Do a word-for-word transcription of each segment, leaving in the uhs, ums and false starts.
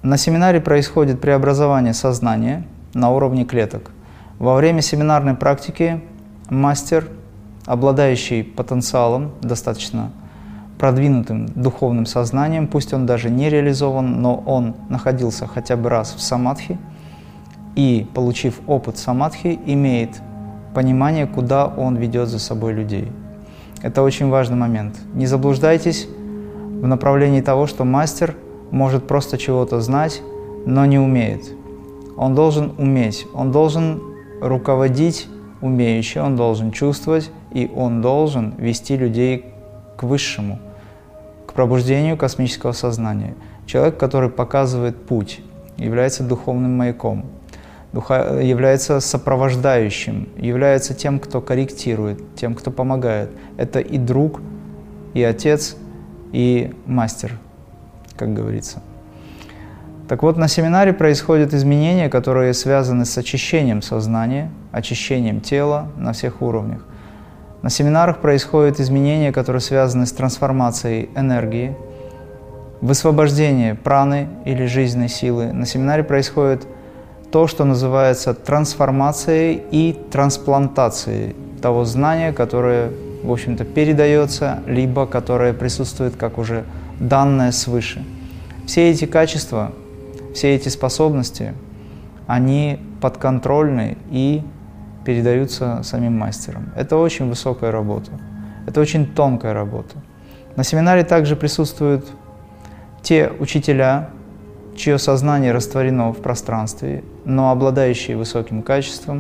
На семинаре происходит преобразование сознания на уровне клеток. Во время семинарной практики мастер, обладающий потенциалом, достаточно продвинутым духовным сознанием, пусть он даже не реализован, но он находился хотя бы раз в самадхи и, получив опыт самадхи, имеет понимание, куда он ведет за собой людей. Это очень важный момент. Не заблуждайтесь в направлении того, что мастер может просто чего-то знать, но не умеет. Он должен уметь, он должен руководить умеючи, он должен чувствовать, и он должен вести людей к высшему, к пробуждению космического сознания. Человек, который показывает путь, является духовным маяком, духа, является сопровождающим, является тем, кто корректирует, тем, кто помогает. Это и друг, и отец, и мастер, как говорится. Так вот, на семинаре происходят изменения, которые связаны с очищением сознания, очищением тела на всех уровнях. На семинарах происходят изменения, которые связаны с трансформацией энергии, высвобождение праны или жизненной силы. На семинаре происходит то, что называется трансформацией и трансплантацией того знания, которое, в общем-то, передается, либо которое присутствует как уже данное свыше. Все эти качества, все эти способности, они подконтрольны и передаются самим мастерам. Это очень высокая работа, это очень тонкая работа. На семинаре также присутствуют те учителя, чье сознание растворено в пространстве, но обладающие высоким качеством,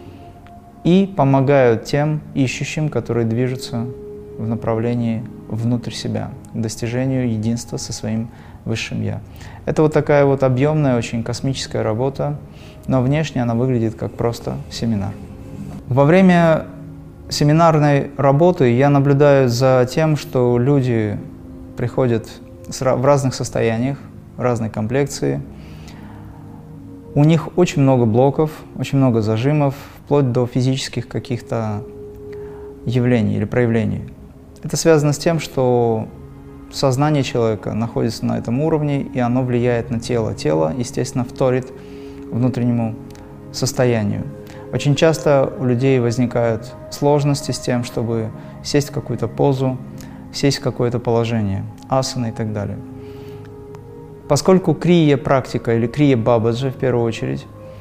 и помогают тем ищущим, которые движутся в направлении внутрь себя, к достижению единства со своим Высшим Я. Это вот такая вот объемная, очень космическая работа, но внешне она выглядит как просто семинар. Во время семинарной работы я наблюдаю за тем, что люди приходят в разных состояниях, разной комплекции. У них очень много блоков, очень много зажимов, вплоть до физических каких-то явлений или проявлений. Это связано с тем, что сознание человека находится на этом уровне, и оно влияет на тело. Тело, естественно, вторит внутреннему состоянию. Очень часто у людей возникают сложности с тем, чтобы сесть в какую-то позу, сесть в какое-то положение, асана и так далее. Поскольку крия-практика или крия-бабаджи, в первую очередь,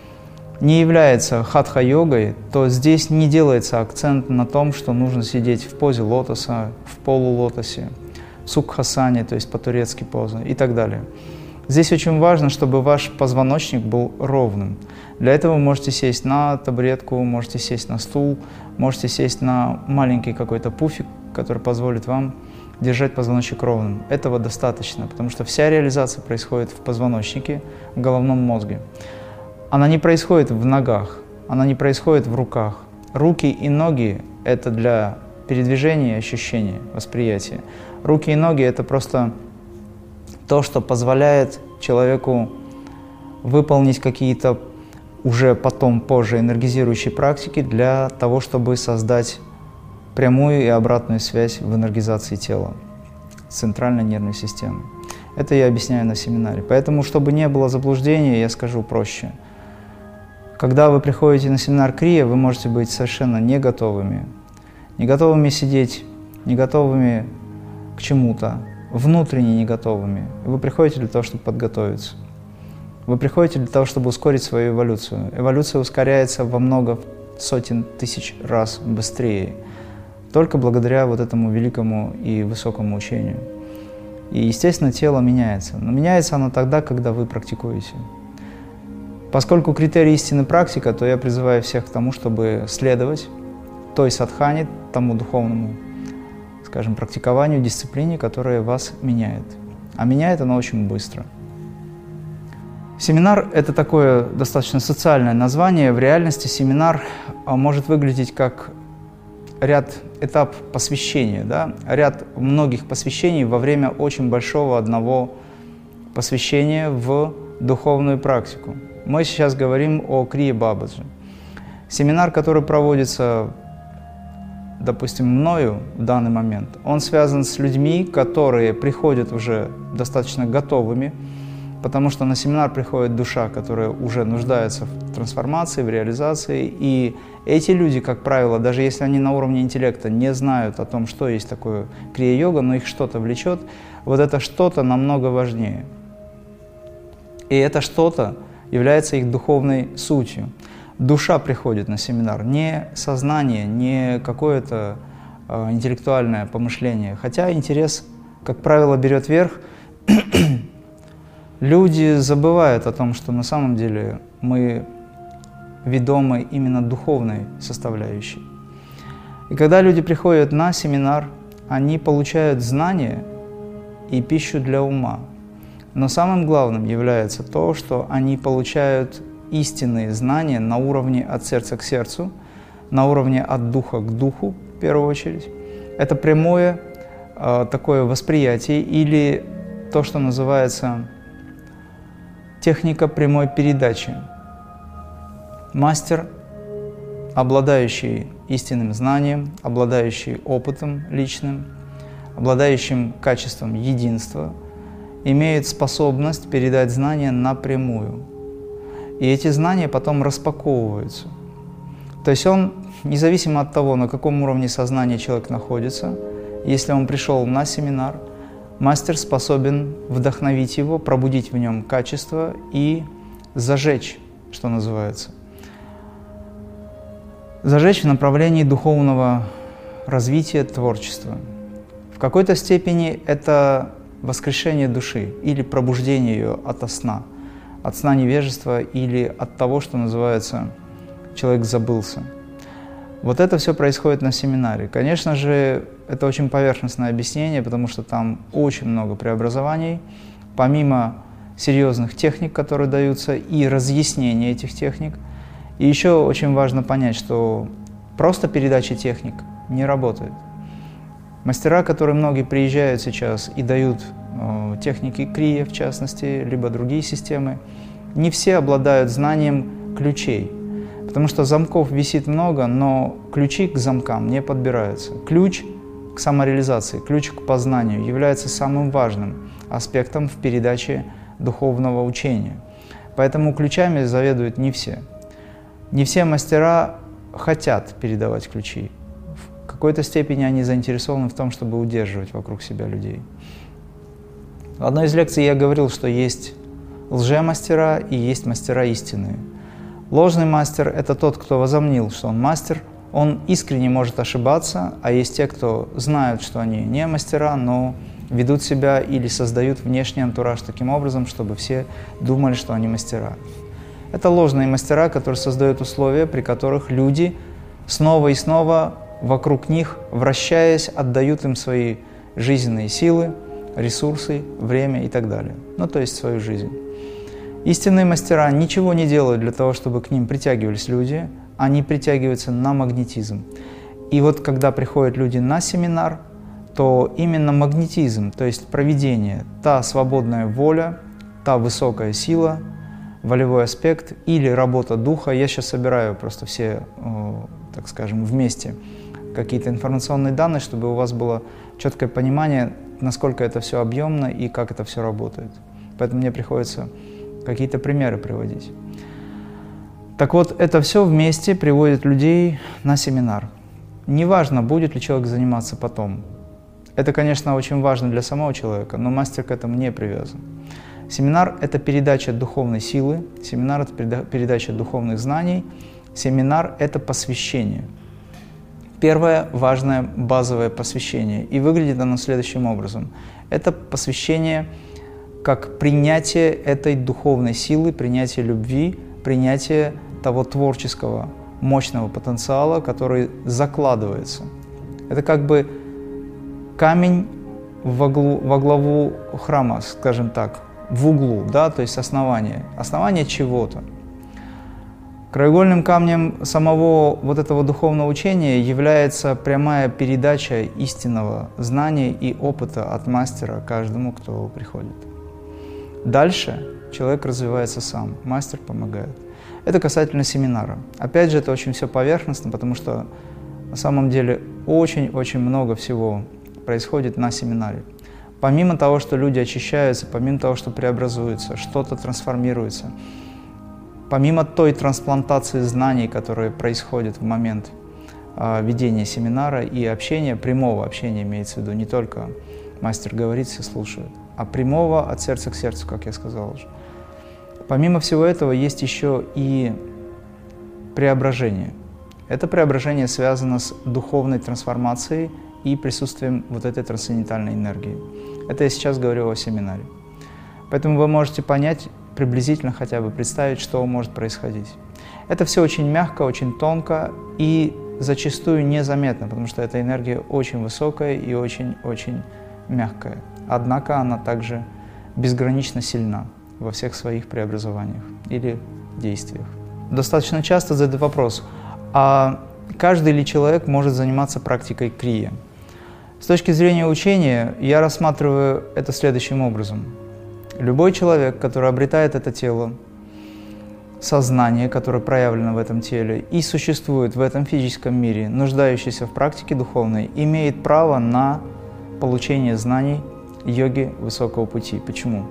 не является хатха-йогой, то здесь не делается акцент на том, что нужно сидеть в позе лотоса, в полулотосе, в сукхасане, то есть по-турецки поза и так далее. Здесь очень важно, чтобы ваш позвоночник был ровным. Для этого вы можете сесть на табуретку, можете сесть на стул, можете сесть на маленький какой-то пуфик, который позволит вам держать позвоночник ровным. Этого достаточно, потому что вся реализация происходит в позвоночнике, в головном мозге. Она не происходит в ногах, она не происходит в руках. Руки и ноги – это для передвижения, ощущения, восприятия. Руки и ноги – это просто то, что позволяет человеку выполнить какие-то уже потом, позже энергизирующие практики для того, чтобы создать прямую и обратную связь в энергизации тела, центральной нервной системы. Это я объясняю на семинаре. Поэтому, чтобы не было заблуждения, я скажу проще. Когда вы приходите на семинар крия, вы можете быть совершенно не готовыми. Не готовыми сидеть, не готовыми к чему-то, внутренне не готовыми. Вы приходите для того, чтобы подготовиться. Вы приходите для того, чтобы ускорить свою эволюцию. Эволюция ускоряется во много сотен тысяч раз быстрее, только благодаря вот этому великому и высокому учению. И, естественно, тело меняется. Но меняется оно тогда, когда вы практикуете. Поскольку критерий истины практика, то я призываю всех к тому, чтобы следовать той садхане, тому духовному, скажем, практикованию, дисциплине, которая вас меняет. А меняет она очень быстро. Семинар – это такое достаточно социальное название. В реальности семинар может выглядеть как ряд, этап посвящения, да? Ряд многих посвящений во время очень большого одного посвящения в духовную практику. Мы сейчас говорим о крия-бабаджи. Семинар, который проводится, допустим, мною в данный момент, он связан с людьми, которые приходят уже достаточно готовыми, потому что на семинар приходит душа, которая уже нуждается в трансформации, в реализации, и эти люди, как правило, даже если они на уровне интеллекта не знают о том, что есть такое крия-йога, но их что-то влечет, вот это что-то намного важнее. И это что-то является их духовной сутью. Душа приходит на семинар, не сознание, не какое-то э, интеллектуальное помышление, хотя интерес, как правило, берет верх. Люди забывают о том, что на самом деле мы ведомы именно духовной составляющей. И когда люди приходят на семинар, они получают знания и пищу для ума. Но самым главным является то, что они получают истинные знания на уровне от сердца к сердцу, на уровне от духа к духу, в первую очередь. Это прямое э, такое восприятие или то, что называется техника прямой передачи. Мастер, обладающий истинным знанием, обладающий опытом личным, обладающим качеством единства, имеет способность передать знания напрямую. И эти знания потом распаковываются. То есть он, независимо от того, на каком уровне сознания человек находится, если он пришел на семинар, мастер способен вдохновить его, пробудить в нем качество и зажечь, что называется. Зажечь в направлении духовного развития, творчества. В какой-то степени это воскрешение души или пробуждение ее ото сна, от сна невежества или от того, что называется «человек забылся». Вот это все происходит на семинаре. Конечно же, это очень поверхностное объяснение, потому что там очень много преобразований, помимо серьезных техник, которые даются, и разъяснения этих техник. И еще очень важно понять, что просто передача техник не работает. Мастера, которые многие приезжают сейчас и дают э, техники крия, в частности, либо другие системы, не все обладают знанием ключей. Потому что замков висит много, но ключи к замкам не подбираются. Ключ к самореализации, ключ к познанию является самым важным аспектом в передаче духовного учения. Поэтому ключами заведуют не все. Не все мастера хотят передавать ключи. В какой-то степени они заинтересованы в том, чтобы удерживать вокруг себя людей. В одной из лекций я говорил, что есть лжемастера и есть мастера истинные. Ложный мастер – это тот, кто возомнил, что он мастер, он искренне может ошибаться, а есть те, кто знают, что они не мастера, но ведут себя или создают внешний антураж таким образом, чтобы все думали, что они мастера. Это ложные мастера, которые создают условия, при которых люди снова и снова вокруг них, вращаясь, отдают им свои жизненные силы, ресурсы, время и так далее. Ну, то есть свою жизнь. Истинные мастера ничего не делают для того, чтобы к ним притягивались люди, они притягиваются на магнетизм. И вот когда приходят люди на семинар, то именно магнетизм, то есть провидение, та свободная воля, та высокая сила, волевой аспект или работа духа, я сейчас собираю просто все, так скажем, вместе какие-то информационные данные, чтобы у вас было четкое понимание, насколько это все объемно и как это все работает. Поэтому мне приходится какие-то примеры приводить. Так вот, это все вместе приводит людей на семинар. Неважно, будет ли человек заниматься потом. Это, конечно, очень важно для самого человека, но мастер к этому не привязан. Семинар – это передача духовной силы, семинар – это передача духовных знаний, семинар – это посвящение. Первое важное базовое посвящение, и выглядит оно следующим образом. Это посвящение как принятие этой духовной силы, принятие любви, принятие того творческого, мощного потенциала, который закладывается. Это как бы камень во главу, во главу храма, скажем так, в углу, да, то есть основание, основание чего-то. Краеугольным камнем самого вот этого духовного учения является прямая передача истинного знания и опыта от мастера каждому, кто приходит. Дальше человек развивается сам, мастер помогает. Это касательно семинара. Опять же, это очень все поверхностно, потому что на самом деле очень-очень много всего происходит на семинаре. Помимо того, что люди очищаются, помимо того, что преобразуются, что-то трансформируется, помимо той трансплантации знаний, которая происходит в момент э, ведения семинара и общения, прямого общения имеется в виду, не только мастер говорит, все слушают, а прямого от сердца к сердцу, как я сказал уже. Помимо всего этого есть еще и преображение. Это преображение связано с духовной трансформацией и присутствием вот этой трансцендентальной энергии. Это я сейчас говорю о семинаре. Поэтому вы можете понять, приблизительно хотя бы представить, что может происходить. Это все очень мягко, очень тонко и зачастую незаметно, потому что эта энергия очень высокая и очень-очень мягкая. Однако она также безгранично сильна во всех своих преобразованиях или действиях. Достаточно часто задают вопрос, а каждый ли человек может заниматься практикой крия? С точки зрения учения я рассматриваю это следующим образом. Любой человек, который обретает это тело, сознание, которое проявлено в этом теле и существует в этом физическом мире, нуждающийся в практике духовной, имеет право на получение знаний йоги высокого пути. Почему?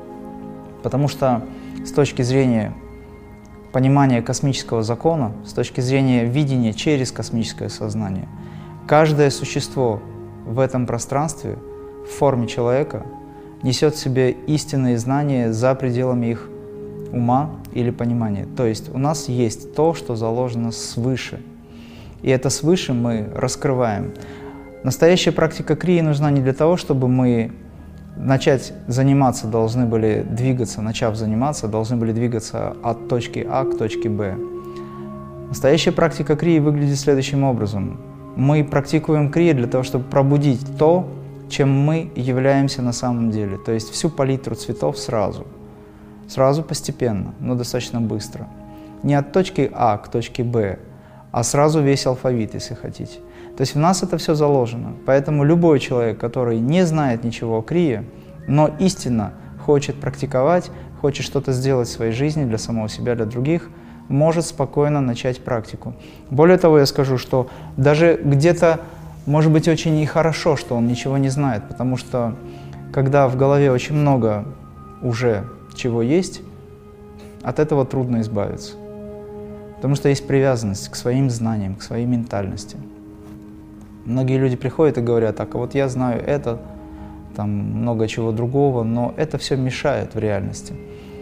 Потому что с точки зрения понимания космического закона, с точки зрения видения через космическое сознание, каждое существо в этом пространстве в форме человека несет в себе истинные знания за пределами их ума или понимания. То есть у нас есть то, что заложено свыше. И это свыше мы раскрываем. Настоящая практика крии нужна не для того, чтобы мы начать заниматься, должны были двигаться, начав заниматься, должны были двигаться от точки А к точке Б. Настоящая практика крии выглядит следующим образом. Мы практикуем крию для того, чтобы пробудить то, чем мы являемся на самом деле. То есть всю палитру цветов сразу. Сразу постепенно, но достаточно быстро. Не от точки А к точке Б, а сразу весь алфавит, если хотите. То есть в нас это все заложено. Поэтому любой человек, который не знает ничего о крие, но истинно хочет практиковать, хочет что-то сделать в своей жизни для самого себя, для других, может спокойно начать практику. Более того, я скажу, что даже где-то может быть очень и хорошо, что он ничего не знает, потому что когда в голове очень много уже чего есть, от этого трудно избавиться. Потому что есть привязанность к своим знаниям, к своей ментальности. Многие люди приходят и говорят, так, а вот я знаю это, там много чего другого, но это все мешает в реальности.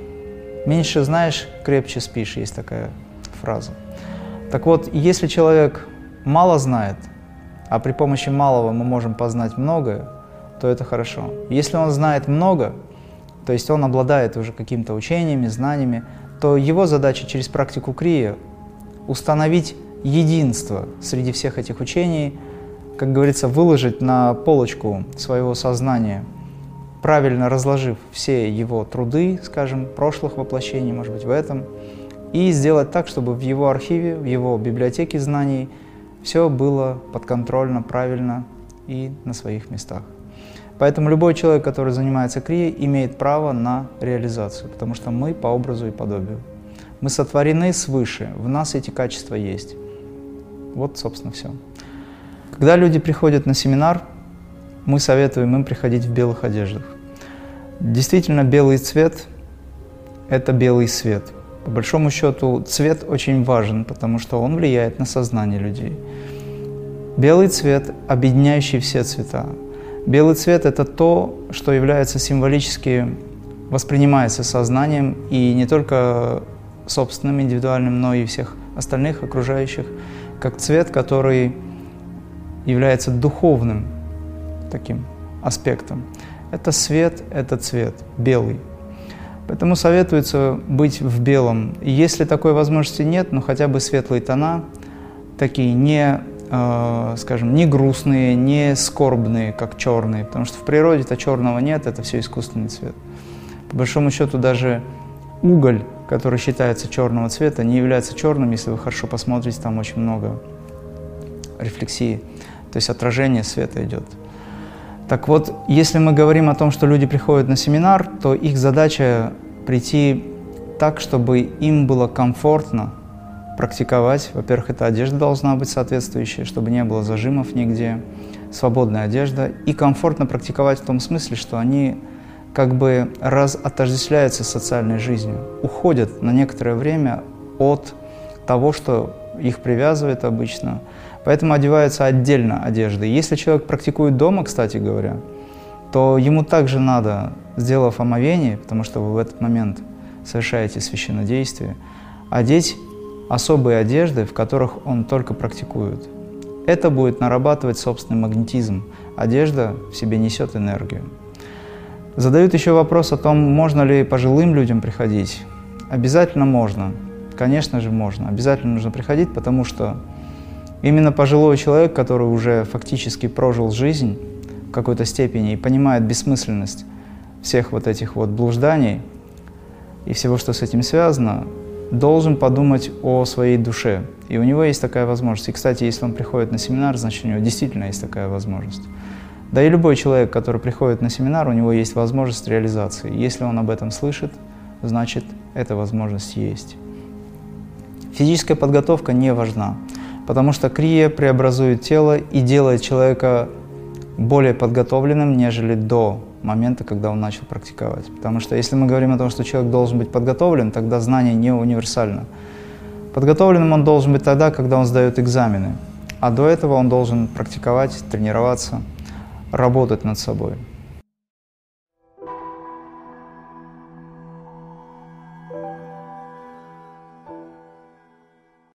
Меньше знаешь, крепче спишь, есть такая фраза. Так вот, если человек мало знает, а при помощи малого мы можем познать многое, то это хорошо. Если он знает много, то есть он обладает уже какими-то учениями, знаниями, то его задача через практику крия установить единство среди всех этих учений, как говорится, выложить на полочку своего сознания, правильно разложив все его труды, скажем, прошлых воплощений, может быть, в этом, и сделать так, чтобы в его архиве, в его библиотеке знаний все было подконтрольно, правильно и на своих местах. Поэтому любой человек, который занимается крией, имеет право на реализацию, потому что мы по образу и подобию. Мы сотворены свыше, в нас эти качества есть. Вот, собственно, все. Когда люди приходят на семинар, мы советуем им приходить в белых одеждах. Действительно, белый цвет – это белый свет. По большому счету, цвет очень важен, потому что он влияет на сознание людей. Белый цвет, объединяющий все цвета. Белый цвет – это то, что является символически, воспринимается сознанием и не только собственным, индивидуальным, но и всех остальных окружающих, как цвет, который является духовным таким аспектом. Это свет, это цвет, белый. Поэтому советуется быть в белом. И если такой возможности нет, ну хотя бы светлые тона, такие не, э, скажем, не грустные, не скорбные, как черные, потому что в природе-то черного нет, это все искусственный цвет. По большому счету даже уголь, который считается черного цвета, не является черным, если вы хорошо посмотрите, там очень много рефлексии, то есть отражение света идет. Так вот, если мы говорим о том, что люди приходят на семинар, то их задача прийти так, чтобы им было комфортно практиковать. Во-первых, эта одежда должна быть соответствующая, чтобы не было зажимов нигде. свободная одежда, и комфортно практиковать в том смысле, что они как бы раз отождествляются с социальной жизнью, уходят на некоторое время от того, что их привязывает обычно, поэтому одеваются отдельно одежды. Если человек практикует дома, кстати говоря, то ему также надо, сделав омовение, потому что вы в этот момент совершаете священнодействие, одеть особые одежды, в которых он только практикует. Это будет нарабатывать собственный магнетизм. Одежда в себе несет энергию. Задают еще вопрос о том, можно ли пожилым людям приходить. Обязательно можно. Конечно же, можно. Обязательно нужно приходить, потому что именно пожилой человек, который уже фактически прожил жизнь в какой-то степени и понимает бессмысленность всех вот этих вот блужданий и всего, что с этим связано, должен подумать о своей душе. И у него есть такая возможность. И, кстати, если он приходит на семинар, значит, у него действительно есть такая возможность. Да и любой человек, который приходит на семинар, у него есть возможность реализации. Если он об этом слышит, значит, эта возможность есть. Физическая подготовка не важна, потому что крия преобразует тело и делает человека более подготовленным, нежели до момента, когда он начал практиковать. Потому что если мы говорим о том, что человек должен быть подготовлен, тогда знание не универсально. Подготовленным он должен быть тогда, когда он сдает экзамены, а до этого он должен практиковать, тренироваться, работать над собой.